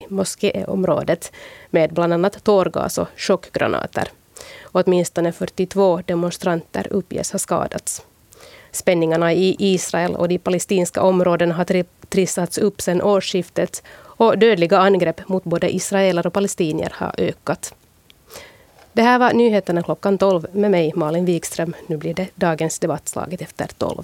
moskéområdet med bland annat tårgas och chockgranater. Åtminstone 42 demonstranter uppges ha skadats. Spänningarna i Israel och de palestinska områdena har trissats upp sedan årsskiftet och dödliga angrepp mot både israeler och palestinier har ökat. Det här var nyheterna klockan 12 med mig, Malin Wikström. Nu blir det dagens debattslaget efter 12.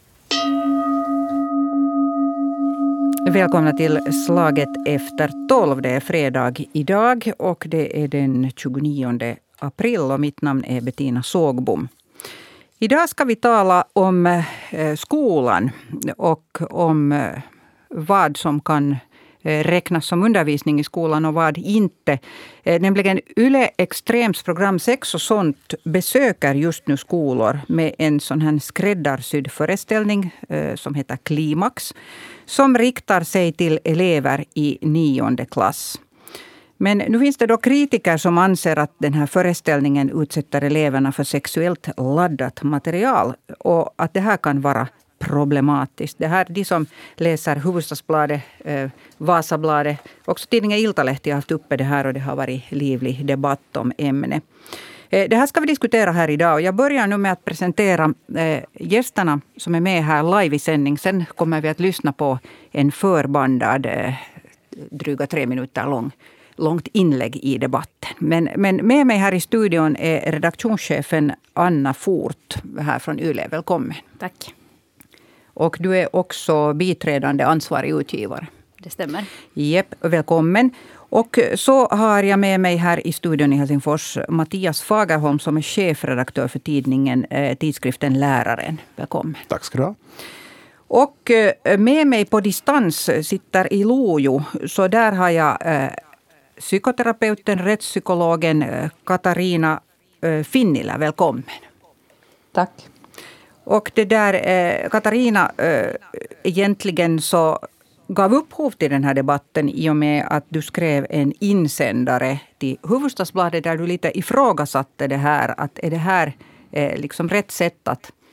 Välkomna till slaget efter 12. Det är fredag idag och det är den 29 april och mitt namn är Bettina Sågbom. Idag ska vi tala om skolan och om vad som kan räknas som undervisning i skolan och vad inte. Nämligen Yle Extrems program 6 och sånt besöker just nu skolor med en sån här skräddarsydd föreställning som heter Klimax, som riktar sig till elever i 9:e klass. Men nu finns det då kritiker som anser att den här föreställningen utsätter eleverna för sexuellt laddat material och att det här kan vara problematiskt. Det här, de som läser Hufvudstadsbladet, Vasabladet, också tidningen Iltalehti har haft uppe det här och det har varit livlig debatt om ämnet. Det här ska vi diskutera här idag och jag börjar nu med att presentera gästerna som är med här live i sändning. Sen kommer vi att lyssna på en förbandad, dryga 3 minuter långt inlägg i debatten. Men med mig här i studion är redaktionschefen Anna Fort här från Yle. Välkommen. Tack. Och du är också biträdande ansvarig utgivare. Det stämmer. Jepp, välkommen. Och så har jag med mig här i studion i Helsingfors Mattias Fagerholm som är chefredaktör för tidskriften Läraren. Välkommen. Tack ska du ha. Och med mig på distans sitter i Lojo. Så där har jag psykoterapeuten, rättspsykologen Katarina Finnilä. Välkommen. Tack. Och det där, Katarina, egentligen så gav upphov till den här debatten i och med att du skrev en insändare till Hufvudstadsbladet där du lite ifrågasatte det här. Att är det här liksom rätt sätt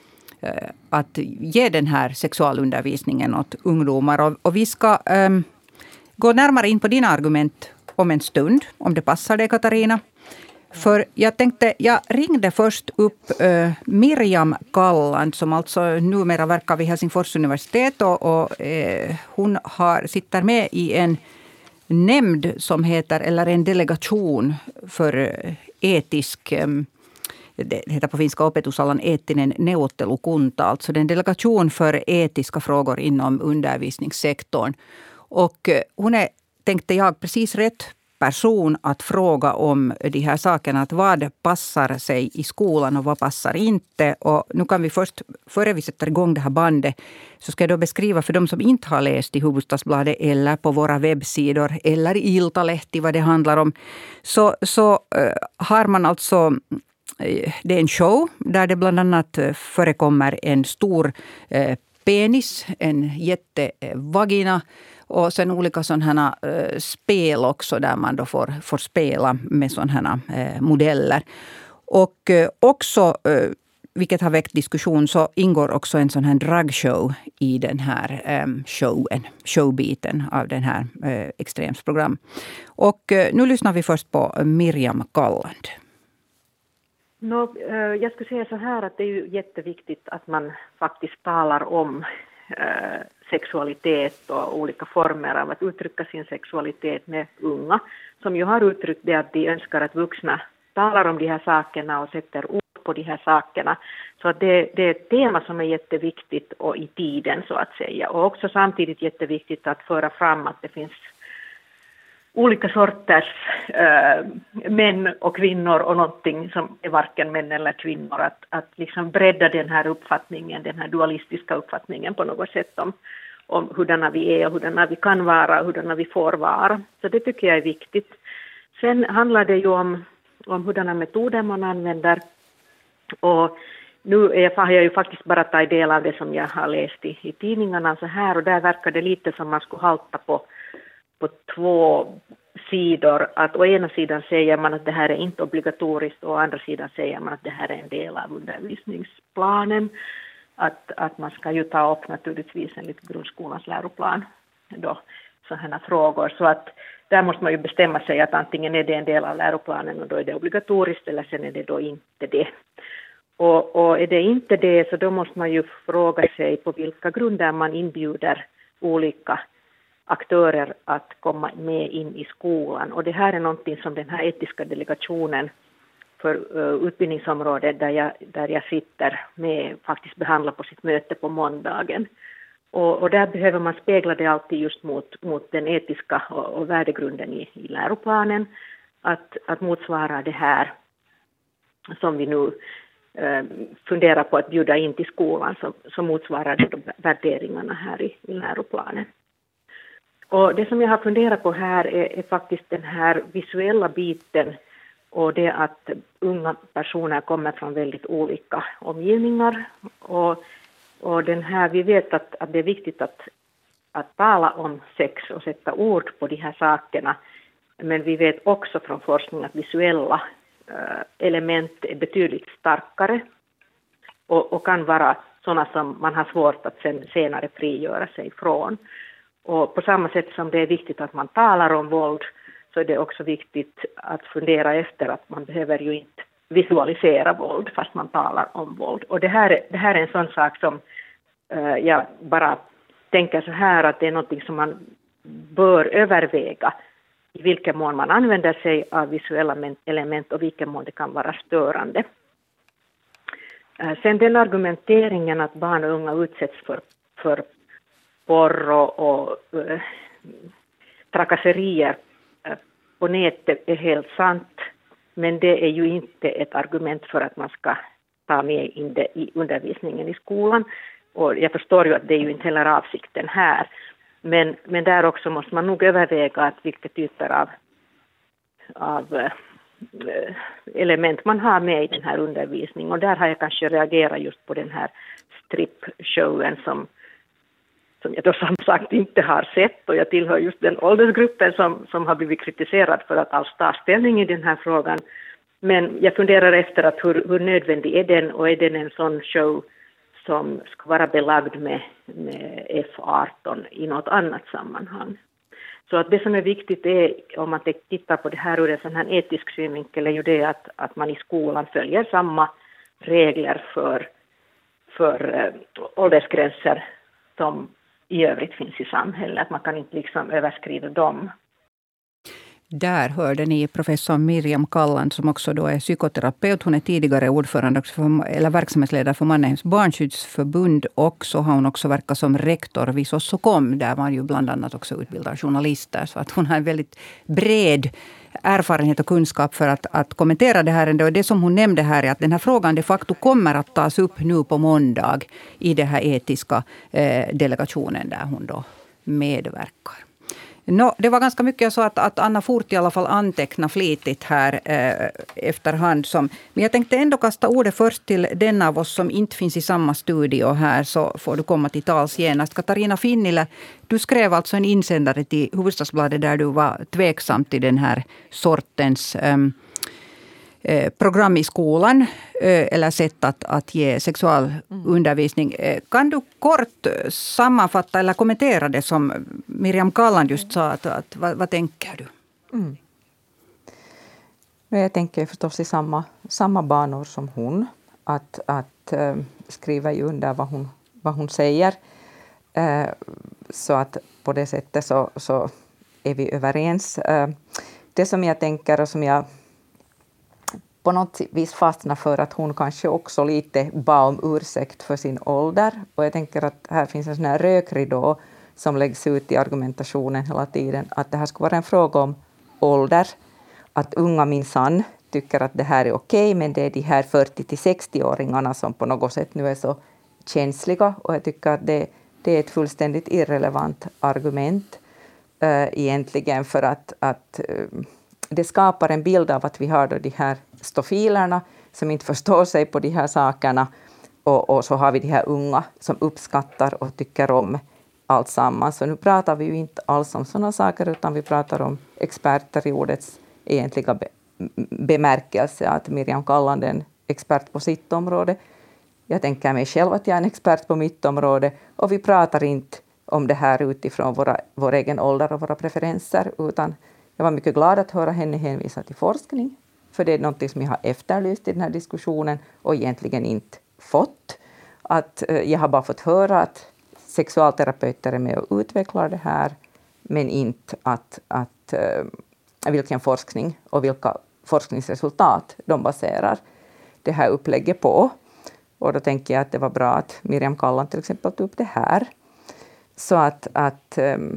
att ge den här sexualundervisningen åt ungdomar? Och vi ska gå närmare in på dina argument om en stund, om det passar dig, Katarina. För jag ringde först upp Miriam Kalland som alltså numera verkar vid Helsingfors universitet och hon sitter med i en nämnd som heter, eller en delegation för etisk, det heter på finska opetusalan etinen neuvottelukunta, alltså den delegation för etiska frågor inom undervisningssektorn. Och hon är, tänkte jag, precis rätt person att fråga om de här sakerna. Att vad passar sig i skolan och vad passar inte. Och nu kan vi först, före vi sätter igång det här bandet, så ska jag då beskriva för de som inte har läst i Hufvudstadsbladet eller på våra webbsidor eller i Iltalehti vad det handlar om. Så har man alltså, det är en show där det bland annat förekommer en stor penis, en jättevagina. Och sen olika sådana spel också där man då får spela med sådana modeller. Och också, vilket har väckt diskussion, så ingår också en sån här dragshow i den här showbiten av den här extremsprogram. Och nu lyssnar vi först på Miriam Kalland. Jag skulle säga så här att det är ju jätteviktigt att man faktiskt talar om sexualitet och olika former av att uttrycka sin sexualitet med unga som ju har uttryckt det att de önskar att vuxna talar om de här sakerna och sätter ord på de här sakerna. Så att det är ett tema som är jätteviktigt och i tiden så att säga. Och också samtidigt jätteviktigt att föra fram att det finns olika sorters män och kvinnor och någonting som är varken män eller kvinnor. Att liksom bredda den här uppfattningen, den här dualistiska uppfattningen på något sätt om hurdana vi är och hurdana vi kan vara och hurdana vi får vara. Så det tycker jag är viktigt. Sen handlar det ju om hurdana metoder man använder. Och nu har jag ju faktiskt bara tagit del av det som jag har läst i tidningarna så här. Och där verkar det lite som man skulle halta på 2 sidor. Att å ena sidan säger man att det här är inte obligatoriskt och å andra sidan säger man att det här är en del av undervisningsplanen. Att man ska ju ta upp naturligtvis enligt grundskolans läroplan då. sådana här frågor. Så att där måste man ju bestämma sig att antingen är det en del av läroplanen och då är det obligatoriskt eller sen är det då inte det. Och är det inte det så då måste man ju fråga sig på vilka grunder man inbjuder olika aktörer att komma med in i skolan. Och det här är någonting som den här etiska delegationen för utbildningsområdet där jag sitter med faktiskt behandlar på sitt möte på måndagen. Och där behöver man spegla det alltid just mot den etiska och värdegrunden i läroplanen. Att motsvara det här som vi nu funderar på att bjuda in till skolan som motsvarar de värderingarna här i läroplanen. Och det som jag har funderat på här är faktiskt den här visuella biten och det att unga personer kommer från väldigt olika omgivningar. Och den här, vi vet att det är viktigt att tala om sex och sätta ord på de här sakerna. Men vi vet också från forskning att visuella element är betydligt starkare och kan vara sådana som man har svårt att senare frigöra sig från. Och på samma sätt som det är viktigt att man talar om våld så är det också viktigt att fundera efter att man behöver ju inte visualisera våld fast man talar om våld. Och det här är en sån sak som jag bara tänker så här att det är något som man bör överväga i vilken mån man använder sig av visuella element och vilken mån det kan vara störande. Sen den argumenteringen att barn och unga utsätts för porr och trakasserier på nätet är helt sant, men det är ju inte ett argument för att man ska ta med in det i undervisningen i skolan. Och jag förstår ju att det är ju inte heller avsikten här. Men där också måste man nog överväga att vilka typer av element man har med i den här undervisningen. Och där har jag kanske reagerat just på den här strippshowen som jag då som sagt inte har sett. Och jag tillhör just den åldersgruppen som har blivit kritiserad för att alls ta ställning i den här frågan. Men jag funderar efter att hur nödvändig är den och är den en sån show som ska vara belagd med F18 i något annat sammanhang. Så att det som är viktigt är, om man tittar på det här ur en sån här etisk synvinkel, är ju det att man i skolan följer samma regler för åldersgränser som i övrigt finns i samhället. Att man kan inte liksom överskrida dem. Där hörde ni professor Miriam Kalland som också då är psykoterapeut. Hon är tidigare ordförande eller verksamhetsledare för Mannheims barnskyddsförbund. Och så har hon också verkat som rektor vid Sossokom. Där man ju bland annat också utbildar journalister. Så att hon har en väldigt bred erfarenhet och kunskap för att kommentera det här. Och det som hon nämnde här är att den här frågan de facto kommer att tas upp nu på måndag i den här etiska delegationen där hon då medverkar. Det var ganska mycket så att Anna Fort i alla fall anteckna flitigt här efterhand. Men jag tänkte ändå kasta ordet först till den av oss som inte finns i samma studio här, så får du komma till tals genast. Katarina Finnila, du skrev alltså en insändare till Hufvudstadsbladet där du var tveksam till den här sortens program i skolan eller sätt att ge sexualundervisning. Kan du kort sammanfatta eller kommentera det som Miriam Kalland just sa? Vad tänker du? Jag tänker förstås i samma banor som hon. Att skriva under vad hon säger. Så att på det sättet så är vi överens. Det som jag tänker och som jag på något vis fastnar för att hon kanske också lite bad om ursäkt för sin ålder. Och jag tänker att här finns en sån här rökridå som läggs ut i argumentationen hela tiden. Att det här ska vara en fråga om ålder. Att unga minsann tycker att det här är okej, men det är de här 40-60-åringarna som på något sätt nu är så känsliga. Och jag tycker att det är ett fullständigt irrelevant argument egentligen, för att det skapar en bild av att vi har då de här stofilerna som inte förstår sig på de här sakerna, och så har vi de här unga som uppskattar och tycker om allt samman. Så nu pratar vi ju inte alls om sådana saker, utan vi pratar om experter i ordets egentliga bemärkelse. Att Miriam Kalland är en expert på sitt område. Jag tänker mig själv att jag är en expert på mitt område, och vi pratar inte om det här utifrån vår egen ålder och våra preferenser, utan jag var mycket glad att höra henne hänvisa till forskning, för det är något som jag har efterlyst i den här diskussionen och egentligen inte fått. Att jag har bara fått höra att sexualterapeuter är med och utvecklar det här, men inte att vilken forskning och vilka forskningsresultat de baserar det här upplägget på. Och då tänker jag att det var bra att Miriam Kallan till exempel tog upp det här. Så att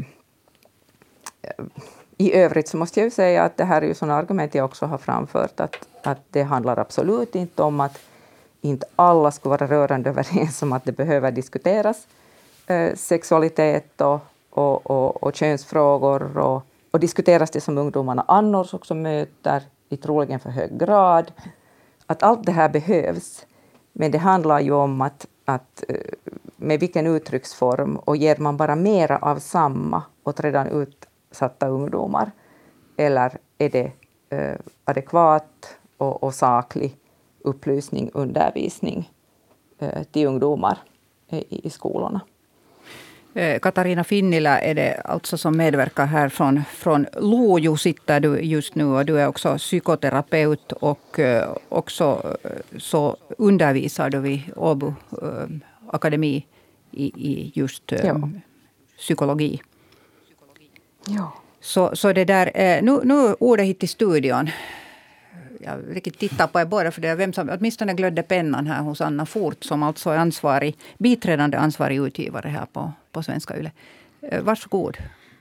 i övrigt så måste jag ju säga att det här är ju sådana argument jag också har framfört, att det handlar absolut inte om att inte alla skulle vara rörande överens om att det behöver diskuteras sexualitet och könsfrågor och diskuteras det som ungdomarna annars också möter i troligen för hög grad. Att allt det här behövs, men det handlar ju om att med vilken uttrycksform, och ger man bara mera av samma åt redan utsatta ungdomar, eller är det adekvat och saklig upplysning, undervisning till ungdomar i skolorna. Katarina Finnila är det alltså som medverkar här från Lojo sitter du just nu, och du är också psykoterapeut och också så undervisar du vid Åbo akademi i just psykologi. Ja. Så det där, nu ordet hit i studion. Jag riktigt tittar på er båda, för det är vem som åtminstone glödde pennan här hos Anna Fort, som alltså är biträdande ansvarig utgivare här på Svenska Yle. Varsågod.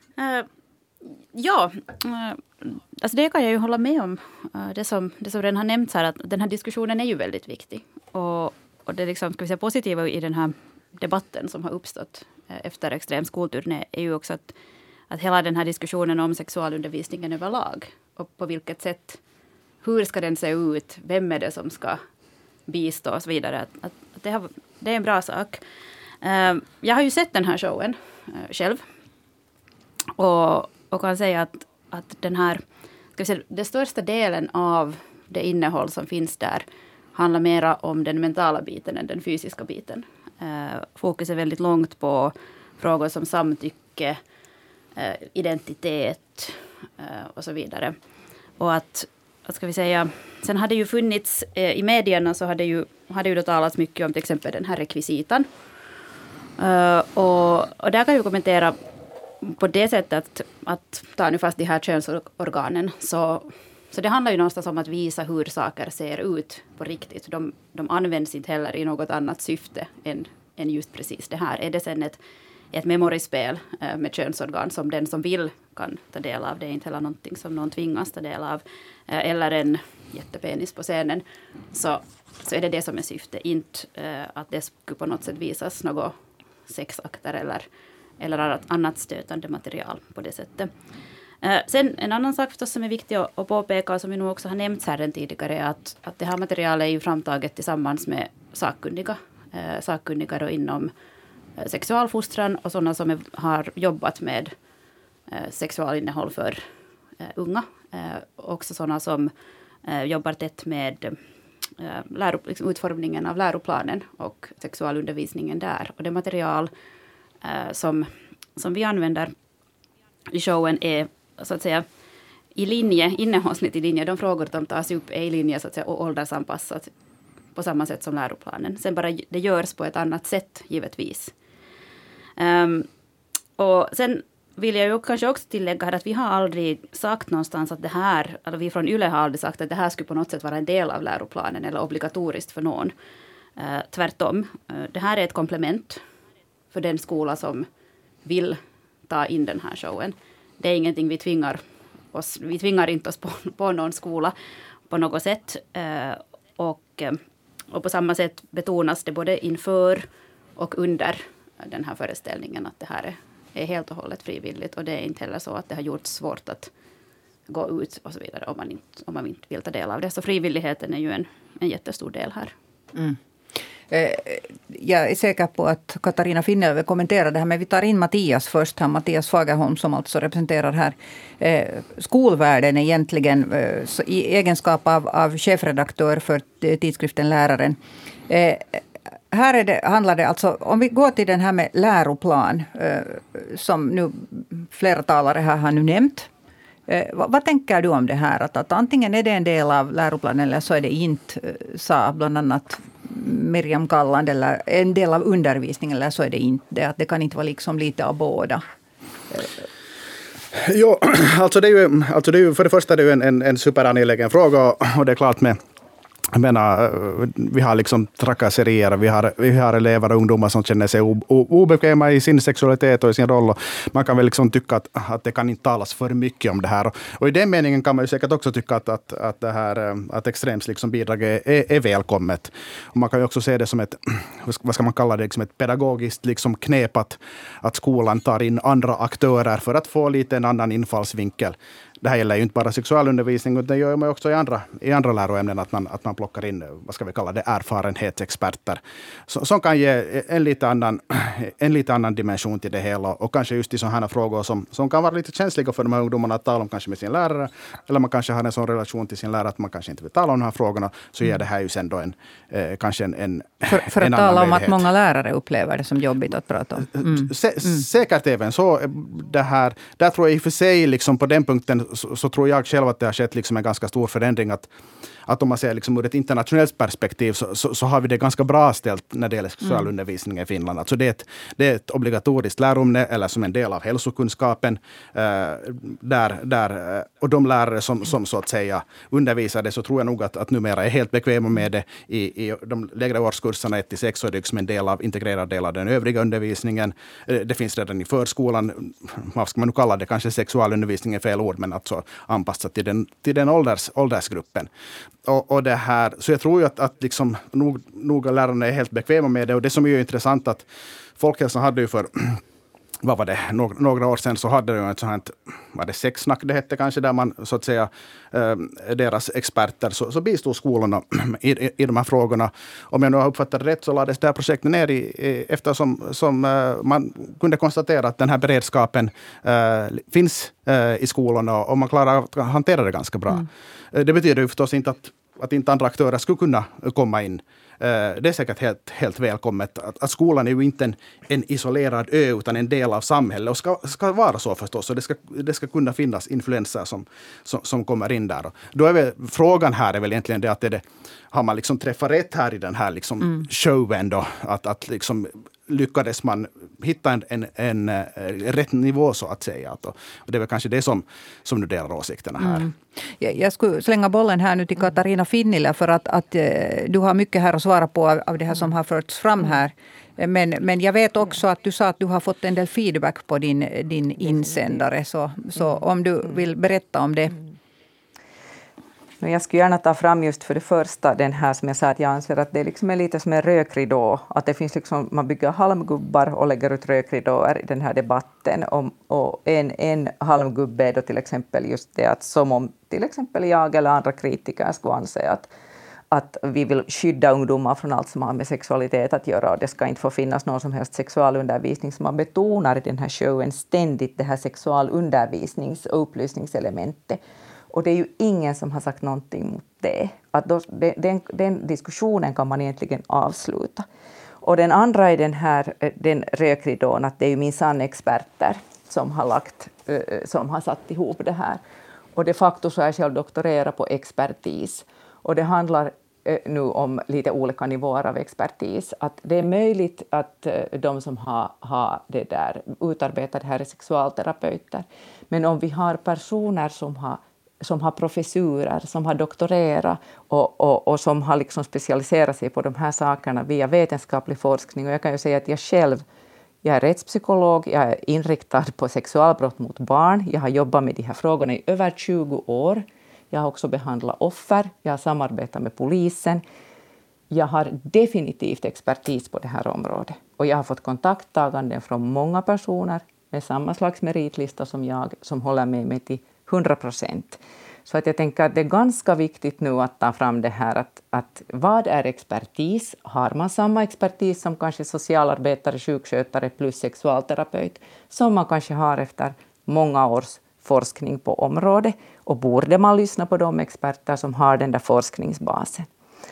Alltså det kan jag ju hålla med om. Det som redan har nämnts här, att den här diskussionen är ju väldigt viktig. Och det liksom, ska vi säga, positiva i den här debatten som har uppstått efter extrem skolturné är ju också att hela den här diskussionen om sexualundervisningen överlag, och på vilket sätt, hur ska den se ut, vem är det som ska bistå och så vidare. Att det är en bra sak. Jag har ju sett den här showen själv. Och kan säga att den här, ska vi säga, den största delen av det innehåll som finns där handlar mera om den mentala biten än den fysiska biten. Fokus är väldigt långt på frågor som samtycke, identitet och så vidare. Och att ska vi säga, sen hade ju funnits i medierna, så hade ju då talats mycket om till exempel den här rekvisitan. Och där kan jag kommentera på det sättet att ta nu fast de här könsorganen, så det handlar ju någonstans om att visa hur saker ser ut på riktigt. De används inte heller i något annat syfte än just precis det här. Är det sen ett memorispel med könsorgan som den som vill kan ta del av, det är inte heller någonting som någon tvingas ta del av, eller en jättepenis på scenen, så är det som är syfte, inte att det skulle på något sätt visas något sexakter eller annat stötande material på det sättet. Sen en annan sak förstås som är viktig att påpeka, som vi nog också har nämnt här tidigare, är att det här materialet är ju framtaget tillsammans med sakkunniga då inom sexualfostran och sådana som har jobbat med sexualinnehåll för unga. Också sådana som jobbar tätt med utformningen av läroplanen och sexualundervisningen där. Och det material som vi använder i showen är så att säga innehållsligt i linje. De frågor som tas upp är i linje så att säga, och åldersanpassat på samma sätt som läroplanen. Sen bara det görs på ett annat sätt givetvis. Och sen vill jag ju kanske också tillägga här att vi har aldrig sagt någonstans att det här, eller vi från Yle har aldrig sagt att det här skulle på något sätt vara en del av läroplanen eller obligatoriskt för någon. Tvärtom, det här är ett komplement för den skola som vill ta in den här showen. Det är ingenting vi tvingar inte oss på någon skola på något sätt. Och på samma sätt betonas det både inför och under den här föreställningen att det här är helt och hållet frivilligt, och det är inte heller så att det har gjort svårt att gå ut och så vidare om man inte vill ta del av det. Så frivilligheten är ju en jättestor del här. Mm. Jag är säker på att Katarina Finnila vill kommentera det här, men vi tar in Mattias först här. Mattias Fagerholm som alltså representerar här skolvärlden egentligen i egenskap av chefredaktör för tidskriften Läraren. här handlar det alltså, om vi går till den här med läroplan, som nu flera talare här har nu nämnt. Vad tänker du om det här? Att antingen är det en del av läroplanen eller så är det inte, sa bland annat Miriam Kalland, eller en del av undervisningen eller så är det inte det. Att det kan inte vara liksom lite av båda. Jo, alltså det är ju för det första det är en superangelägen fråga, och det är klart med jag menar, vi har liksom trakasserier, vi har elever och ungdomar som känner sig obekväma i sin sexualitet och i sin roll. Och man kan väl liksom tycka att det kan inte talas för mycket om det här. Och i den meningen kan man ju säkert också tycka att extremt liksom bidrag är välkommet. Och man kan ju också se det som ett, vad ska man kalla det, liksom ett pedagogiskt liksom knep att skolan tar in andra aktörer för att få lite en annan infallsvinkel. Det här gäller ju inte bara sexualundervisning, utan det gör man också i andra läroämnen, att man plockar in, vad ska vi kalla det, erfarenhetsexperter. Som kan ge en lite annan dimension till det hela, och kanske just i sådana här frågor som kan vara lite känsliga för de här ungdomarna att tala om kanske med sin lärare, eller man kanske har en sån relation till sin lärare att man kanske inte vill tala om de här frågorna, så ger det här ju sen då kanske en för att tala om att många lärare upplever det som jobbigt att prata om. Säkert även så. Där tror jag i och för sig liksom på den punkten så tror jag själv att det har skett liksom en ganska stor förändring, att om man ser liksom ur ett internationellt perspektiv så har vi det ganska bra ställt när det gäller sexualundervisning i Finland. Alltså det är ett obligatoriskt läroämne eller som en del av hälsokunskapen och de lärare som så att säga undervisar det, så tror jag nog att numera är helt bekväma med det i de lägre årskurserna 1-6, så är det som en integrerad del av den övriga undervisningen. Det finns redan i förskolan, vad ska man nu kalla det, kanske sexualundervisning är fel ord, men alltså anpassat till den åldersgruppen. Och det här, så jag tror ju att liksom nog lärarna är helt bekväma med det. Och det som är ju intressant att Folkhälsan hade ju för vad var det, några år sedan så hade de ett sånt, var det sexsnack det hette kanske, där man så att säga deras experter så bistod skolorna i de här frågorna. Om jag nu har uppfattat rätt så lades det här projektet ner eftersom man kunde konstatera att den här beredskapen finns i skolorna och man klarar att hantera det ganska bra. Det betyder ju förstås inte att inte andra aktörer skulle kunna komma in. Det är säkert helt välkommet. Att skolan är ju inte en isolerad ö utan en del av samhället, och ska vara så förstås. Och det ska kunna finnas influenser som kommer in där. Och då är väl frågan här är väl egentligen det att har man liksom träffat rätt här i den här liksom showen då? Att liksom lyckades man hitta en rätt nivå så att säga. Och det är väl kanske det som nu delar åsikterna här. Jag skulle slänga bollen här nu till Katarina Finnila, för att du har mycket här att svara på av det här som har förts fram här. Men jag vet också att du sa att du har fått en del feedback på din insändare. Så om du vill berätta om det. Jag skulle gärna ta fram just för det första den här som jag sa, att jag anser att det liksom är lite som en rökridå. Att det finns liksom, man bygger halmgubbar och lägger ut rökridåer i den här debatten. Och en halmgubbe är då till exempel just det att som om till exempel jag eller andra kritiker skulle anse att vi vill skydda ungdomar från allt som har med sexualitet att göra. Och det ska inte få finnas någon som helst sexualundervisning, som man betonar i den här showen ständigt, det här sexualundervisnings- och upplysningselementet. Och det är ju ingen som har sagt någonting mot det. Att den diskussionen kan man egentligen avsluta. Och den andra är den rökridån, att det är ju minsann experter som har satt ihop det här. Och de facto så är jag själv doktorerad på expertis. Och det handlar nu om lite olika nivåer av expertis. Att det är möjligt att de som har det där utarbetat det här är sexualterapeuter. Men om vi har personer som har professurer, som har doktorerat och som har liksom specialiserat sig på de här sakerna via vetenskaplig forskning. Och jag kan ju säga att jag är rättspsykolog, jag är inriktad på sexualbrott mot barn. Jag har jobbat med de här frågorna i över 20 år. Jag har också behandlat offer, jag har samarbetat med polisen. Jag har definitivt expertis på det här området. Och jag har fått kontakttaganden från många personer med samma slags meritlista som jag, som håller med mig till 100%. Så att jag tänker att det är ganska viktigt nu att ta fram det här att vad är expertis? Har man samma expertis som kanske socialarbetare, sjukskötare plus sexualterapeut som man kanske har efter många års forskning på området, och borde man lyssna på de experter som har den där forskningsbasen?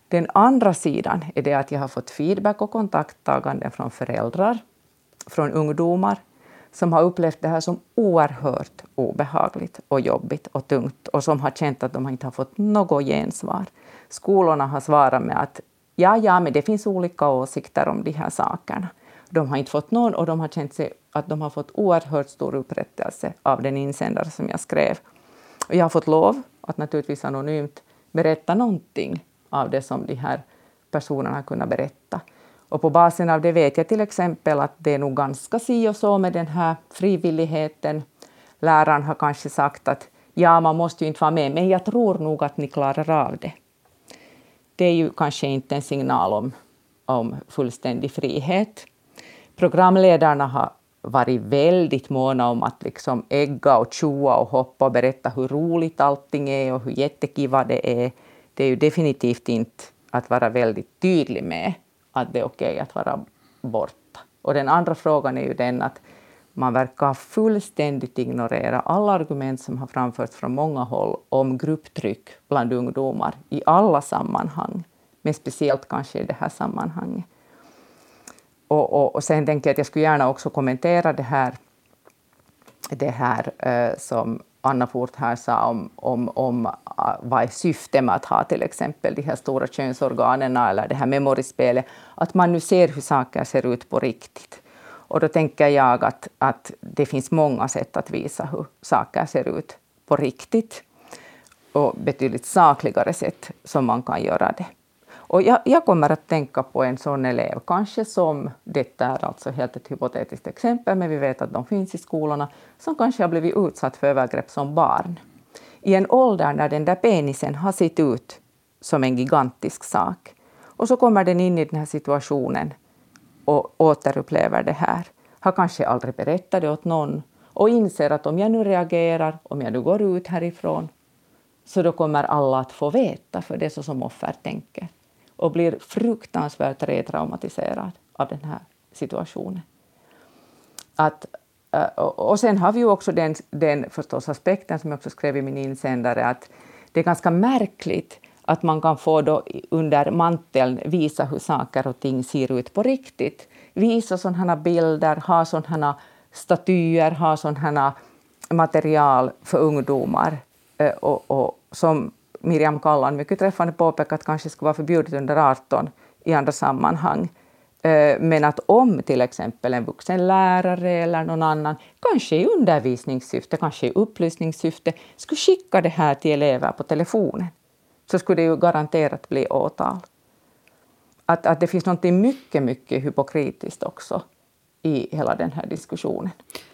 Den andra sidan är det att jag har fått feedback och kontakttagande från föräldrar, från ungdomar som har upplevt det här som oerhört obehagligt och jobbigt och tungt och som har känt att de inte har fått något gensvar. Skolorna har svarat med att ja, men det finns olika åsikter om de här sakerna. De har inte fått någon och de har känt sig att de har fått oerhört stor upprättelse av den insändare som jag skrev. Och jag har fått lov att naturligtvis anonymt berätta någonting av det som de här personerna har kunnat berätta. Och på basen av det vet jag till exempel att det är nog ganska si och så med den här frivilligheten. Läraren har kanske sagt att ja, man måste ju inte vara med, men jag tror nog att ni klarar av det. Det är ju kanske inte en signal om fullständig frihet. Programledarna har varit väldigt måna om att liksom ägga och tjoa och hoppa och berätta hur roligt allting är och hur jättekiva det är. Det är ju definitivt inte att vara väldigt tydlig med att det är okej att vara borta. Och den andra frågan är ju den att man verkar fullständigt ignorera alla argument som har framförts från många håll om grupptryck bland ungdomar i alla sammanhang, men speciellt kanske i det här sammanhanget. Och sen tänker jag att jag skulle gärna också kommentera det här som Anna Furt här sa om vad är syftet med att ha till exempel de här stora könsorganen eller det här memorispelet, att man nu ser hur saker ser ut på riktigt. Och då tänker jag att det finns många sätt att visa hur saker ser ut på riktigt och betydligt sakligare sätt som man kan göra det. Och jag kommer att tänka på en sån elev, kanske som detta är alltså helt ett hypotetiskt exempel, men vi vet att de finns i skolorna, som kanske har blivit utsatt för övergrepp som barn. I en ålder när den där penisen har sett ut som en gigantisk sak. Och så kommer den in i den här situationen och återupplever det här. Har kanske aldrig berättat det åt någon och inser att om jag nu reagerar, om jag nu går ut härifrån, så då kommer alla att få veta, för det är så som offer tänker. Och blir fruktansvärt retraumatiserad av den här situationen. Och sen har vi ju också den förstås aspekten som jag också skrev i min insändare, att det är ganska märkligt att man kan få då under manteln visa hur saker och ting ser ut på riktigt. Visa sådana bilder, ha sådana statyer, ha sådana material för ungdomar. Och som Miriam Kallan mycket träffande påpekar att kanske skulle vara förbjudet under 18 i andra sammanhang. Men att om till exempel en vuxen lärare eller någon annan, kanske i undervisningssyfte, kanske i upplysningssyfte, skulle skicka det här till elever på telefonen, så skulle det ju garanterat bli åtal. Att det finns något mycket, mycket hypokritiskt också i hela den här diskussionen.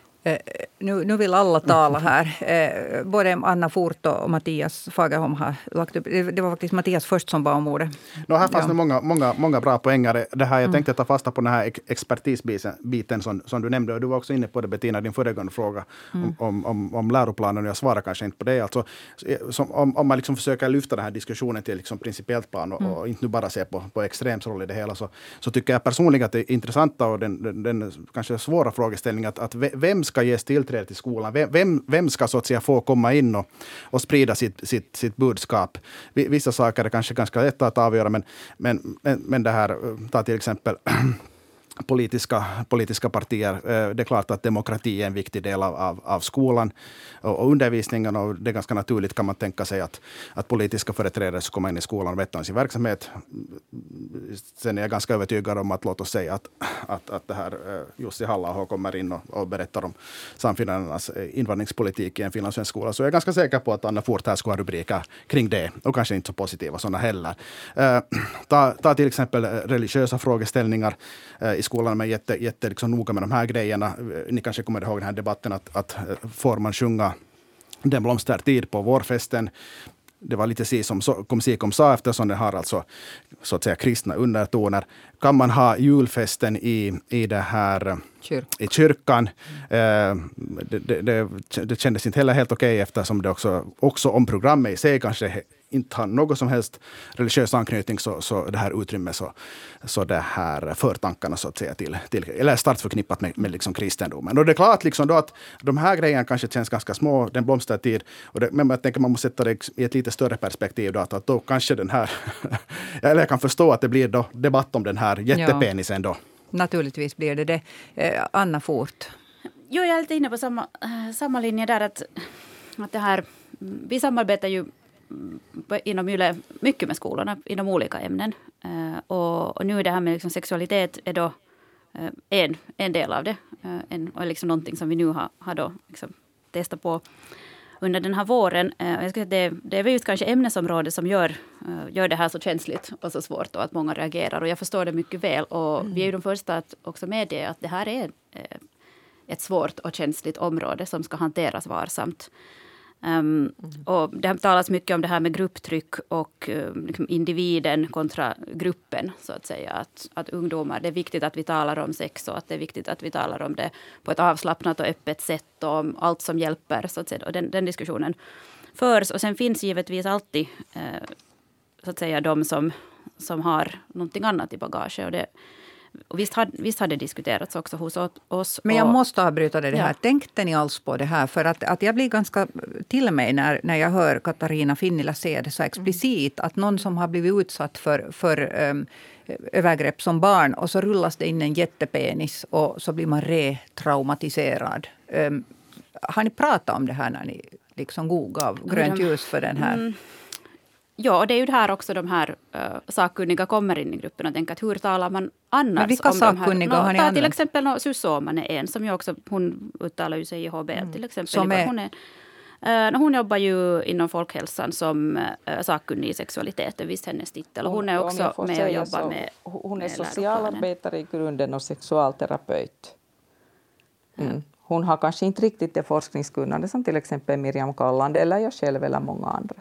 Nu vill alla tala här. Både Anna Furt och Mattias Fagerholm har lagt upp. Det var faktiskt Mattias först som var om ordet. Här fanns det många bra poänger. Det här, jag tänkte ta fasta på den här expertisbiten som du nämnde. Och du var också inne på det, Bettina, din föregående fråga om läroplanen. Jag svarar kanske inte på det. Alltså, om man liksom försöker lyfta den här diskussionen till liksom principiellt plan och inte nu bara se på extrems roll i det hela, så tycker jag personligen att det är intressanta och den kanske svåra frågeställningen att vem ska ges tillträde till skolan? Vem ska så att säga få komma in och sprida sitt budskap? Vissa saker är kanske ganska lätt att avgöra, men det här, ta till exempel politiska partier. Det är klart att demokrati är en viktig del av skolan och undervisningen, och det är ganska naturligt kan man tänka sig att politiska företrädare ska komma in i skolan och berätta om sin verksamhet. Sen är jag ganska övertygad om att, låt oss säga att det här Jussi Halla-aho kommer in och berättar om samfinländarnas invandringspolitik i en finlandssvensk skola, så jag är ganska säker på att Anna Furt här ska ha rubriker kring det, och kanske inte så positiva sådana heller. Ta till exempel religiösa frågeställningar i skolan, men jätte liksom noga med de här grejerna. Ni kanske kommer ihåg den här debatten att får man sjunga Den blomstertid på vårfesten. Det var lite som sa, eftersom det har alltså så att säga kristna undertoner. Kan man ha julfesten i det här i kyrkan? Det kändes inte heller helt okej, eftersom det också om programmet i sig kanske inte har något som helst religiös anknytning, så det här utrymmet så det här förtankarna så att säga till eller starkt förknippat med liksom kristendomen. Och det är klart liksom då att de här grejerna kanske känns ganska små, den blomstertid, men jag tänker man måste sätta det i ett lite större perspektiv då, att då kanske den här eller jag kan förstå att det blir då debatt om den här jättepenisen då. Naturligtvis blir det. Anna Fort. Jo, jag är lite inne på samma linje där, att det här, vi samarbetar ju inom YLE mycket med skolorna inom olika ämnen. Och nu är det här med liksom sexualitet är då en del av det. Och liksom någonting som vi nu har då liksom testat på under den här våren. Jag ska säga det är just kanske ämnesområdet som gör det här så känsligt och så svårt, och att många reagerar. Och jag förstår det mycket väl. Och vi är ju de första att också medge att det här är ett svårt och känsligt område som ska hanteras varsamt. Och det talas mycket om det här med grupptryck och liksom individen kontra gruppen, så att säga. Att ungdomar, det är viktigt att vi talar om sex, och att det är viktigt att vi talar om det på ett avslappnat och öppet sätt, och om allt som hjälper, så att säga. Och den diskussionen förs. Och sen finns givetvis alltid så att säga de som har någonting annat i bagage. Och visst har det diskuterats också hos oss. Men jag måste avbryta det här. Ja. Tänkte ni alls på det här? För att jag blir ganska till mig när jag hör Katarina Finnila säga det så explicit. Att någon som har blivit utsatt för övergrepp som barn, och så rullas det in en jättepenis och så blir man retraumatiserad. Har ni pratat om det här när ni liksom gav grönt ljus för den här? Ja, och det är ju det här också de här sakkunniga kommer in i gruppen och tänker att hur talar man annars? Men vilka om sakkunniga har ni använt? Till exempel Susanne Åhman är en som ju också, hon uttalar ju sig i HBL till exempel. Som är? Hon jobbar ju inom folkhälsan som sakkunnig i sexualiteten, visst hennes titel. Och hon är också med och jobbar med. Hon är socialarbetare i grunden och sexualterapeut. Hon har kanske inte riktigt det forskningskunnande som till exempel Miriam Kalland eller jag själv eller många andra.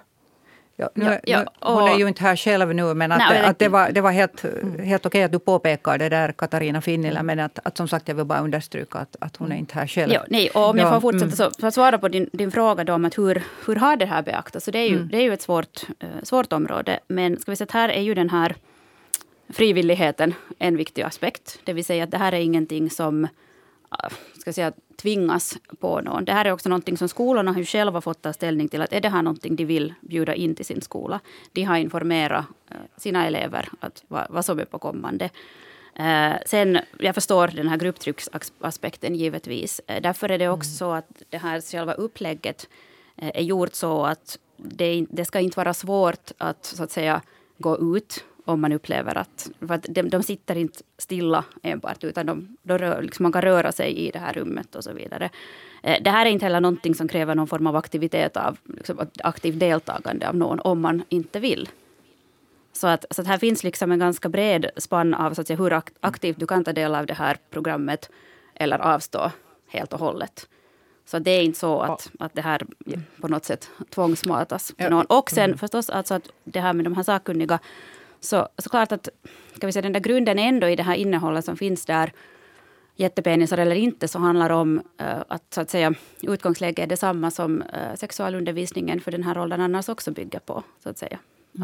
Hon är ju inte här själv nu, men att det var helt okej att du påpekar det där, Katarina Finnila, men att som sagt jag vill bara understryka att hon är inte här själv. Ja, nej, och om jag får fortsätta så för att svara på din fråga då om att hur har det här beaktats, så det är ju ett svårt område, men ska vi säga att här är ju den här frivilligheten en viktig aspekt, det vill säga att det här är ingenting som ska säga tvingas på någon. Det här är också någonting som skolorna har ju själva fått ta ställning till, att är det här någonting de vill bjuda in till sin skola. De har informerat sina elever att vad som är på kommande. Sen, jag förstår den här grupptrycksaspekten givetvis. Därför är det också så att det här själva upplägget är gjort så att det ska inte vara svårt att så att säga gå ut om man upplever att de sitter inte stilla enbart, utan liksom man kan röra sig i det här rummet och så vidare. Det här är inte heller någonting som kräver någon form av aktivitet av liksom, aktivt deltagande av någon om man inte vill. Så att här finns liksom en ganska bred spann av så att säga, hur aktivt du kan ta del av det här programmet eller avstå helt och hållet. Så det är inte så att det här på något sätt tvångsmatas till någon. Och sen förstås alltså att det här med de här sakkunniga, så klart att ska vi säga, den där grunden ändå i det här innehållet som finns där, jättepenisar eller inte, så handlar om att så att säga utgångsläge är detsamma som sexualundervisningen för den här åldern annars också bygger på, så att säga.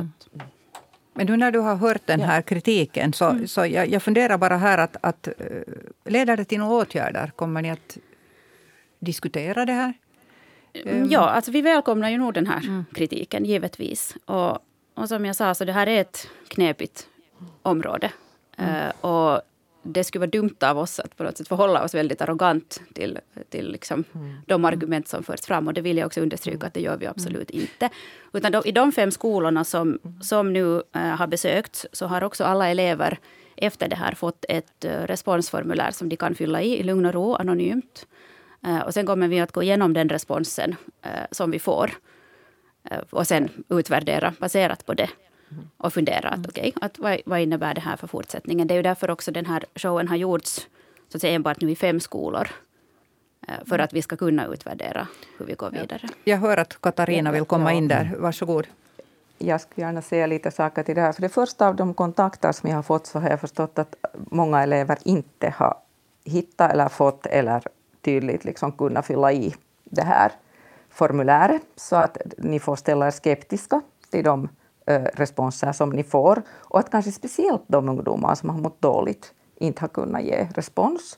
Men nu när du har hört den här kritiken så jag funderar bara här att leder det till några åtgärder? Kommer ni att diskutera det här? Ja, alltså vi välkomnar ju nog den här kritiken givetvis. Och som jag sa, så det här är ett knepigt område. Och det skulle vara dumt av oss att på något sätt förhålla oss väldigt arrogant till liksom de argument som förs fram. Och det vill jag också understryka att det gör vi absolut inte. Utan i de 5 skolorna som nu har besökt, så har också alla elever efter det här fått ett responsformulär som de kan fylla i lugn och ro, anonymt. Och sen kommer vi att gå igenom den responsen som vi får. Och sen utvärdera baserat på det. Och fundera att vad innebär det här för fortsättningen. Det är ju därför också den här showen har gjorts så att säga enbart nu i 5 skolor. För att vi ska kunna utvärdera hur vi går vidare. Jag hör att Katarina vill komma in där. Varsågod. Jag skulle gärna säga lite saker till det här. För det första av de kontakter som jag har fått, så har jag förstått att många elever inte har hittat eller fått eller tydligt liksom kunna fylla i det här formuläret. Så att ni får ställa er skeptiska i de responser som ni får. Och att kanske speciellt de ungdomar som har mått dåligt inte har kunnat ge respons.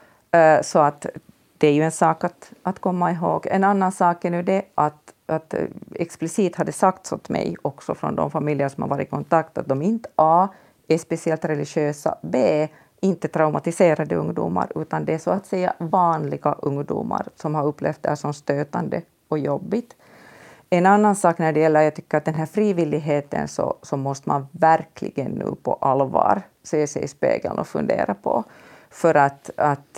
Så att det är ju en sak att komma ihåg. En annan sak är nu det att explicit hade sagts åt mig också från de familjer som har varit i kontakt att de inte A är speciellt religiösa, B inte traumatiserade ungdomar utan det är så att säga vanliga ungdomar som har upplevt det som stötande och jobbigt. En annan sak när det gäller, jag tycker att den här frivilligheten så måste man verkligen nu på allvar se sig i spegeln och fundera på. För att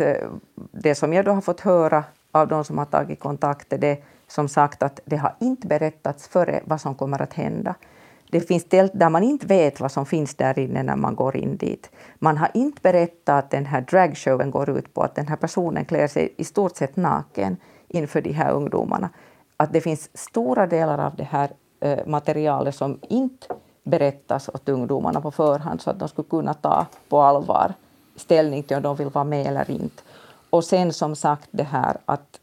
det som jag då har fått höra av de som har tagit kontakt är det som sagt att det har inte berättats före vad som kommer att hända. Det finns tält där man inte vet vad som finns där inne när man går in dit. Man har inte berättat att den här dragshowen går ut på att den här personen klär sig i stort sett naken inför de här ungdomarna. Att det finns stora delar av det här materialet som inte berättas åt ungdomarna på förhand så att de skulle kunna ta på allvar ställning till om de vill vara med eller inte. Och sen som sagt det här att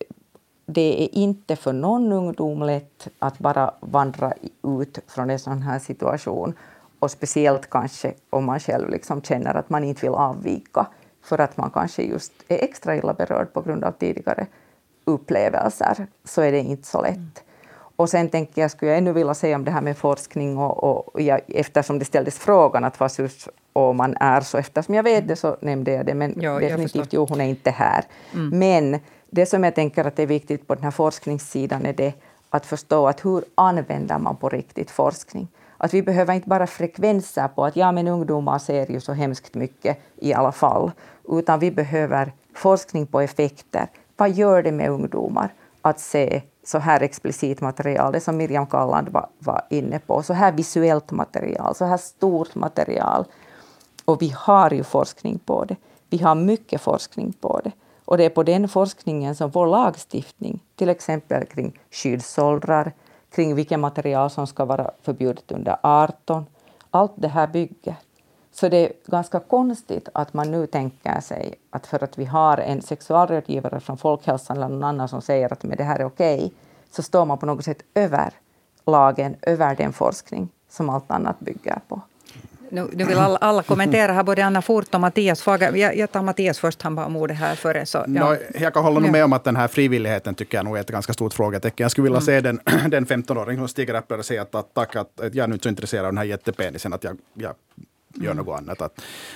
det är inte för någon ungdom lätt att bara vandra ut från en sån här situation. Och speciellt kanske om man själv liksom känner att man inte vill avvika för att man kanske just är extra illa berörd på grund av tidigare upplevelser så är det inte så lätt. Och sen tänker jag, skulle jag ännu vilja säga om det här med forskning och eftersom det ställdes frågan att vad syns och man är så eftersom jag vet det så nämnde jag det men definitivt hon är inte här. Men det som jag tänker att är viktigt på den här forskningssidan är det att förstå att hur använder man på riktigt forskning. Att vi behöver inte bara frekvenser på att men ungdomar ser ju så hemskt mycket i alla fall. Utan vi behöver forskning på effekter. Vad gör det med ungdomar att se så här explicit material, det som Miriam Kalland var inne på, så här visuellt material, så här stort material. Och vi har ju forskning på det. Vi har mycket forskning på det. Och det är på den forskningen som vår lagstiftning, till exempel kring skyddsåldrar, kring vilka material som ska vara förbjudet under 18, allt det här bygger. Så det är ganska konstigt att man nu tänker sig att för att vi har en sexualrådgivare från Folkhälsan eller någon annan som säger att det här är okej, så står man på något sätt över lagen, över den forskning som allt annat bygger på. Nu vill alla kommentera här, både Anna Fort och Mattias Fager. Jag tar Mattias först, han bara om ordet här före. Så, ja. Jag kan hålla med om att den här frivilligheten tycker jag nog är ett ganska stort frågetecken. Jag skulle vilja se den 15-åring som stiger upp och säger att tack att jag är nu inte så intresserad av den här jättepenisen att jag gör något annat.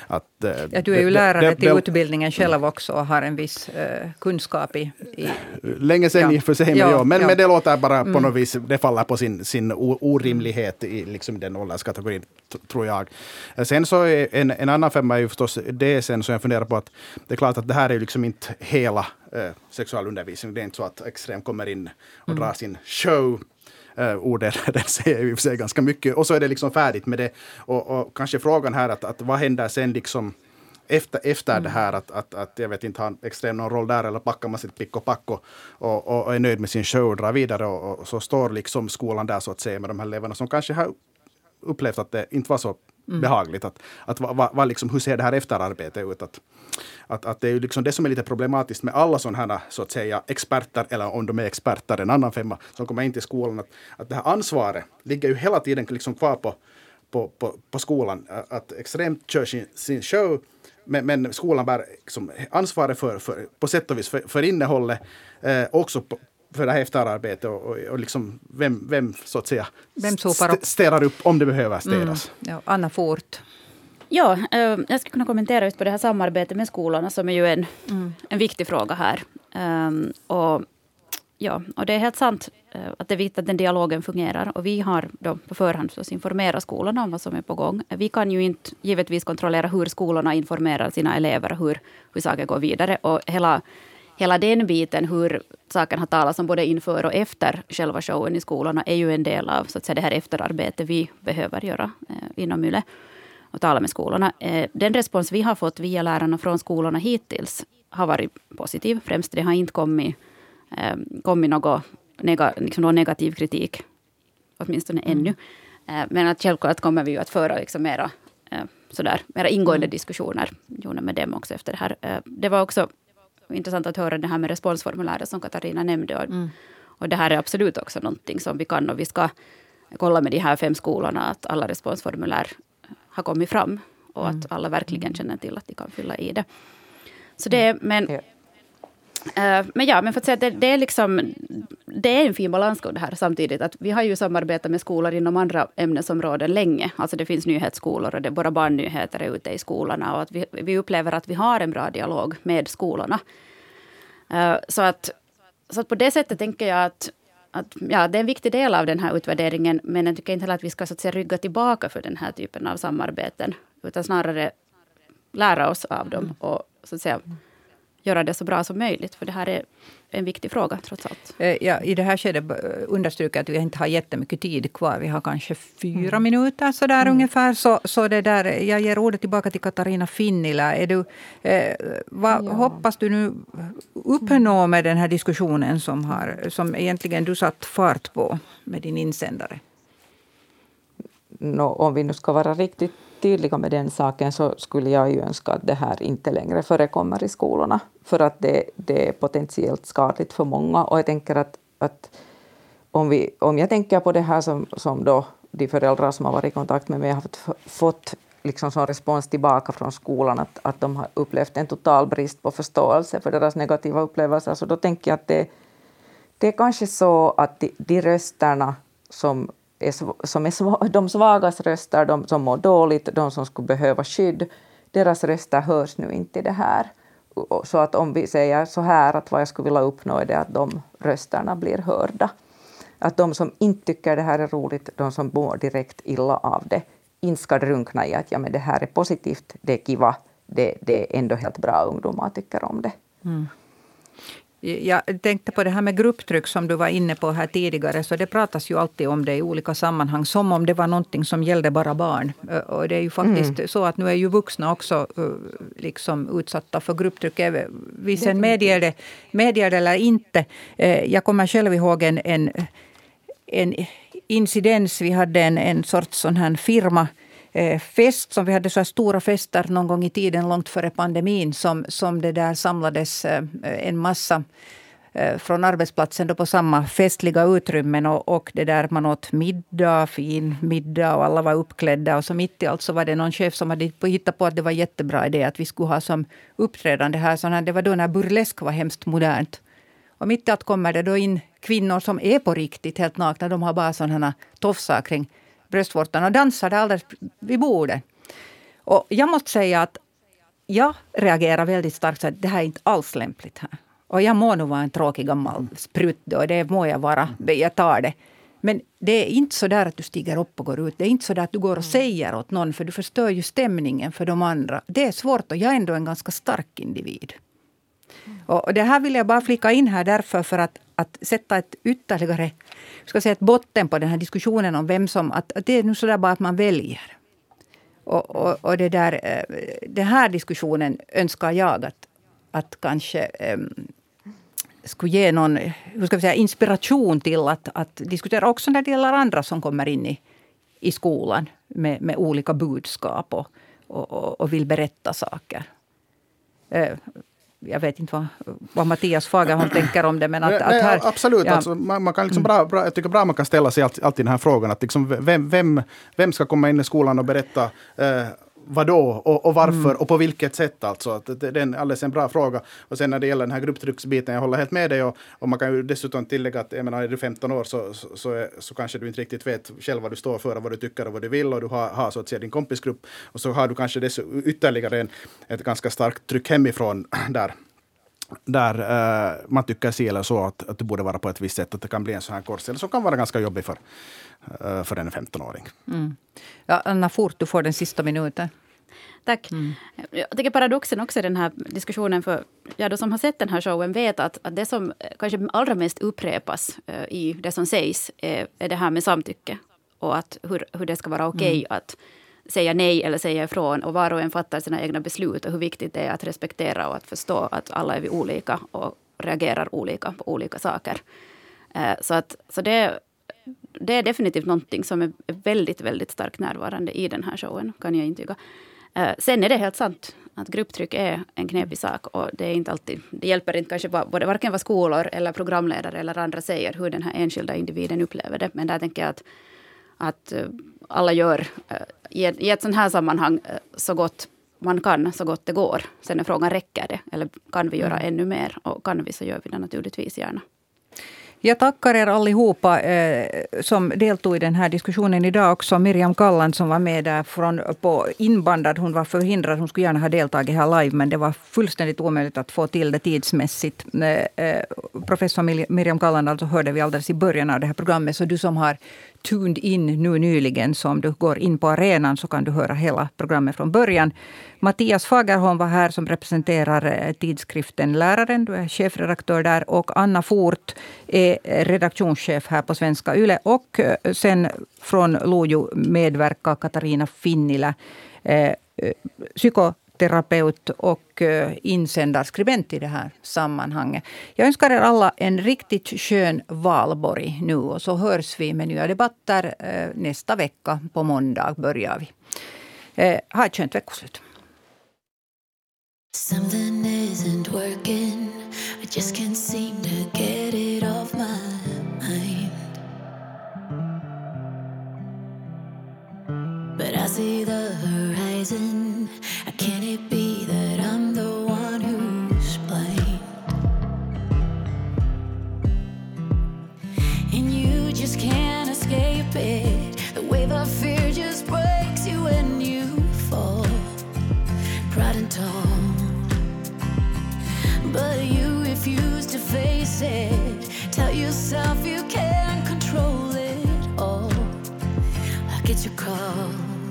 Du är ju lärare till utbildningen själv också och har en viss kunskap i länge sedan i för sig, men det låter bara på något vis, det faller på sin orimlighet i liksom den ålderskategorin, tror jag. Sen så är en annan femma är ju förstås det sen som jag funderar på att det är klart att det här är liksom inte hela sexualundervisning. Det är inte så att Extrem kommer in och drar sin show. Ordet den säger ju i sig ganska mycket och så är det liksom färdigt med det och kanske frågan här att vad händer sen liksom efter det här att jag vet inte har Extrem någon roll där eller packar man sitt pick och pack och är nöjd med sin show och drar vidare och så står liksom skolan där så att säga med de här eleverna som kanske har upplevt att det inte var så behagligt att vad liksom, hur ser det här efterarbetet ut att det är ju liksom det som är lite problematiskt med alla sådana här så att säga experter eller om de är experter en annan femma som kommer in till skolan att det här ansvaret ligger ju hela tiden liksom kvar på skolan att Extremt kör sin show men skolan bär liksom ansvaret för på sätt och vis för innehållet också för det här efterarbetet och liksom vem så att säga städar upp om det behöver städas. Ja, Anna Fort. Ja, jag skulle kunna kommentera just på det här samarbetet med skolorna som är ju en viktig fråga här. Och det är helt sant att det är viktigt att den dialogen fungerar. Och vi har då på förhand så informerat skolorna om vad som är på gång. Vi kan ju inte givetvis kontrollera hur skolorna informerar sina elever hur saker går vidare. Och hela den biten, hur saken har talats om både inför och efter själva showen i skolorna är ju en del av så att säga, det här efterarbetet vi behöver göra inom YLE och tala med skolorna. Den respons vi har fått via lärarna från skolorna hittills har varit positiv. Främst det har inte kommit någon negativ kritik, åtminstone ännu. Men att självklart kommer vi ju att föra liksom mera ingående diskussioner med dem också efter det här. Det var också intressant att höra det här med responsformuläret som Katarina nämnde. Och det här är absolut också någonting som vi kan och vi ska kolla med de här 5 skolorna att alla responsformulär har kommit fram och att alla verkligen känner till att de kan fylla i det. Så det, men för att säga att det är liksom, det är en fin balansgång det här samtidigt. Att vi har ju samarbetat med skolor inom andra ämnesområden länge. Alltså det finns nyhetsskolor och våra barnnyheter är ute i skolorna. Och att vi upplever att vi har en bra dialog med skolorna. Så att på det sättet tänker jag att det är en viktig del av den här utvärderingen. Men jag tycker inte heller att vi ska så att säga rygga tillbaka för den här typen av samarbeten. Utan snarare lära oss av dem och så att säga göra det så bra som möjligt. För det här är en viktig fråga trots allt. Ja, i det här skedet understryker att vi inte har jättemycket tid kvar. Vi har kanske 4 minuter sådär ungefär. Så det där, jag ger ordet tillbaka till Katarina Finnila. Vad hoppas du nu uppnå med den här diskussionen som egentligen du satt fart på med din insändare? Om vi nu ska vara riktigt tydliga med den saken så skulle jag ju önska att det här inte längre förekommer i skolorna. För att det är potentiellt skadligt för många. Och jag tänker att om jag tänker på det här som då de föräldrar som har varit i kontakt med mig har fått liksom som respons tillbaka från skolan att de har upplevt en total brist på förståelse för deras negativa upplevelser. Så då tänker jag att det är kanske så att de rösterna som är de svagas röster, de som mår dåligt, de som skulle behöva skydd, deras röster hörs nu inte i det här. Så att om vi säger så här att vad jag skulle vilja uppnå är det att de rösterna blir hörda. Att de som inte tycker det här är roligt, de som mår direkt illa av det, inte ska drunkna i att men det här är positivt, det är kiva, det är ändå helt bra, ungdomar tycker om det. Mm. Jag tänkte på det här med grupptryck som du var inne på här tidigare. Så det pratas ju alltid om det i olika sammanhang. Som om det var någonting som gällde bara barn. Och det är ju faktiskt så att nu är ju vuxna också liksom utsatta för grupptryck. Vi sen medger det eller inte. Jag kommer själv ihåg en incidens. Vi hade en sorts sån här firma. Fest som vi hade så här stora fester någon gång i tiden långt före pandemin som det där samlades en massa från arbetsplatsen då på samma festliga utrymmen och det där man åt middag, fin middag och alla var uppklädda och så mitt i allt så var det någon chef som hade hittat på att det var jättebra idé att vi skulle ha som uppträdande här. Det var då när burlesk var hemskt modernt. Och mitt i allt kommer det då in kvinnor som är på riktigt helt nakna. De har bara sådana tofsar kring bröstvårtan och dansade alldeles vid bordet. Och jag måste säga att jag reagerar väldigt starkt så att det här är inte alls lämpligt här. Och jag må nog vara en tråkig gammal sprutt och det må jag vara. Jag tar det. Men det är inte så där att du stiger upp och går ut. Det är inte så där att du går och säger åt någon för du förstör ju stämningen för de andra. Det är svårt och jag är ändå en ganska stark individ. Och det här vill jag bara flika in här därför för att sätta ett ytterligare, ska säga ett botten på den här diskussionen om vem som, att det är nu sådär bara att man väljer. Och det där, den här diskussionen önskar jag att kanske skulle ge någon, hur ska vi säga, inspiration till att diskutera också när det gäller andra som kommer in i skolan med olika budskap och vill berätta saker. Jag vet inte vad Mattias Fagerholm tänker om det. Men att här, absolut. Ja. Alltså, man kan liksom jag tycker bra man kan ställa sig alltid den här frågan. Att liksom, vem ska komma in i skolan och berätta vad då och varför och på vilket sätt. Alltså. Att det är alldeles en bra fråga. Och sen när det gäller den här grupptrycksbiten, jag håller helt med dig. Och man kan ju dessutom tillägga att är du 15 år så kanske du inte riktigt vet själv vad du står för och vad du tycker och vad du vill. Och du har så att säga din kompisgrupp. Och så har du kanske ytterligare ett ganska starkt tryck hemifrån där man tycker sig eller så att det borde vara på ett visst sätt. Att det kan bli en sån här korsel som kan vara ganska jobbig för en 15-åring. Mm. Ja, Anna Fort, du får den sista minuten. Tack. Jag tycker paradoxen också i den här diskussionen, för de som har sett den här showen vet att det som kanske allra mest upprepas i det som sägs är det här med samtycke. Och att hur det ska vara okej att säga nej eller säga ifrån. Och var och en fattar sina egna beslut och hur viktigt det är att respektera och att förstå att alla är vi olika och reagerar olika på olika saker. Så det är definitivt någonting som är väldigt, väldigt starkt närvarande i den här showen, kan jag intyga. Sen är det helt sant att grupptryck är en knepig sak och det är inte alltid, det hjälper inte kanske varken vad skolor eller programledare eller andra säger hur den här enskilda individen upplever det. Men där tänker jag att alla gör i ett sånt här sammanhang så gott man kan, så gott det går. Sen är frågan, räcker det? Eller kan vi göra ännu mer? Och kan vi, så gör vi det naturligtvis gärna. Jag tackar er allihopa som deltog i den här diskussionen idag. Också Miriam Kalland som var med där på inbandad. Hon var förhindrad. Hon skulle gärna ha deltagit här live, men det var fullständigt omöjligt att få till det tidsmässigt. Professor Miriam Kalland alltså hörde vi alldeles i början av det här programmet. Så du som har tuned in nu nyligen, så om du går in på arenan så kan du höra hela programmet från början. Mattias Fagerholm var här som representerar tidskriften Läraren. Du är chefredaktör där. Och Anna Fort är redaktionschef här på Svenska Yle. Och sen från Lojo medverkar Katarina Finnilä, psykoterapeut och insändarskribent i det här sammanhanget. Jag önskar er alla en riktigt skön valborg nu. Och så hörs vi med nya debatter nästa vecka. På måndag börjar vi. Ha ett skönt veckoslut. Something isn't working. I just can't seem to get it off my mind. But I see the horizon. Can it be that I'm the one who's blind? And you just can't escape it. The wave of fear just breaks you when you fall. Proud and tall. But you refuse to face it. Tell yourself you can't control it all. Like it's your call.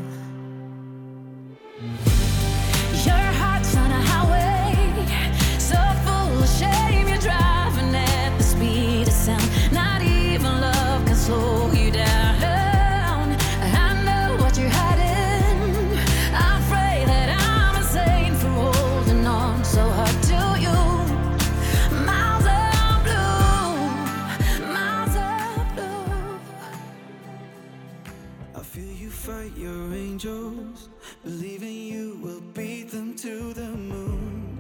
Your heart's on a highway, so full of shame. You're driving at the speed of sound. Not even love can slow you down. I know what you're hiding. I'm afraid that I'm insane for holding on so hard to you. Miles of blue, miles of blue. I feel you fight your angels, believing you will beat them to the moon.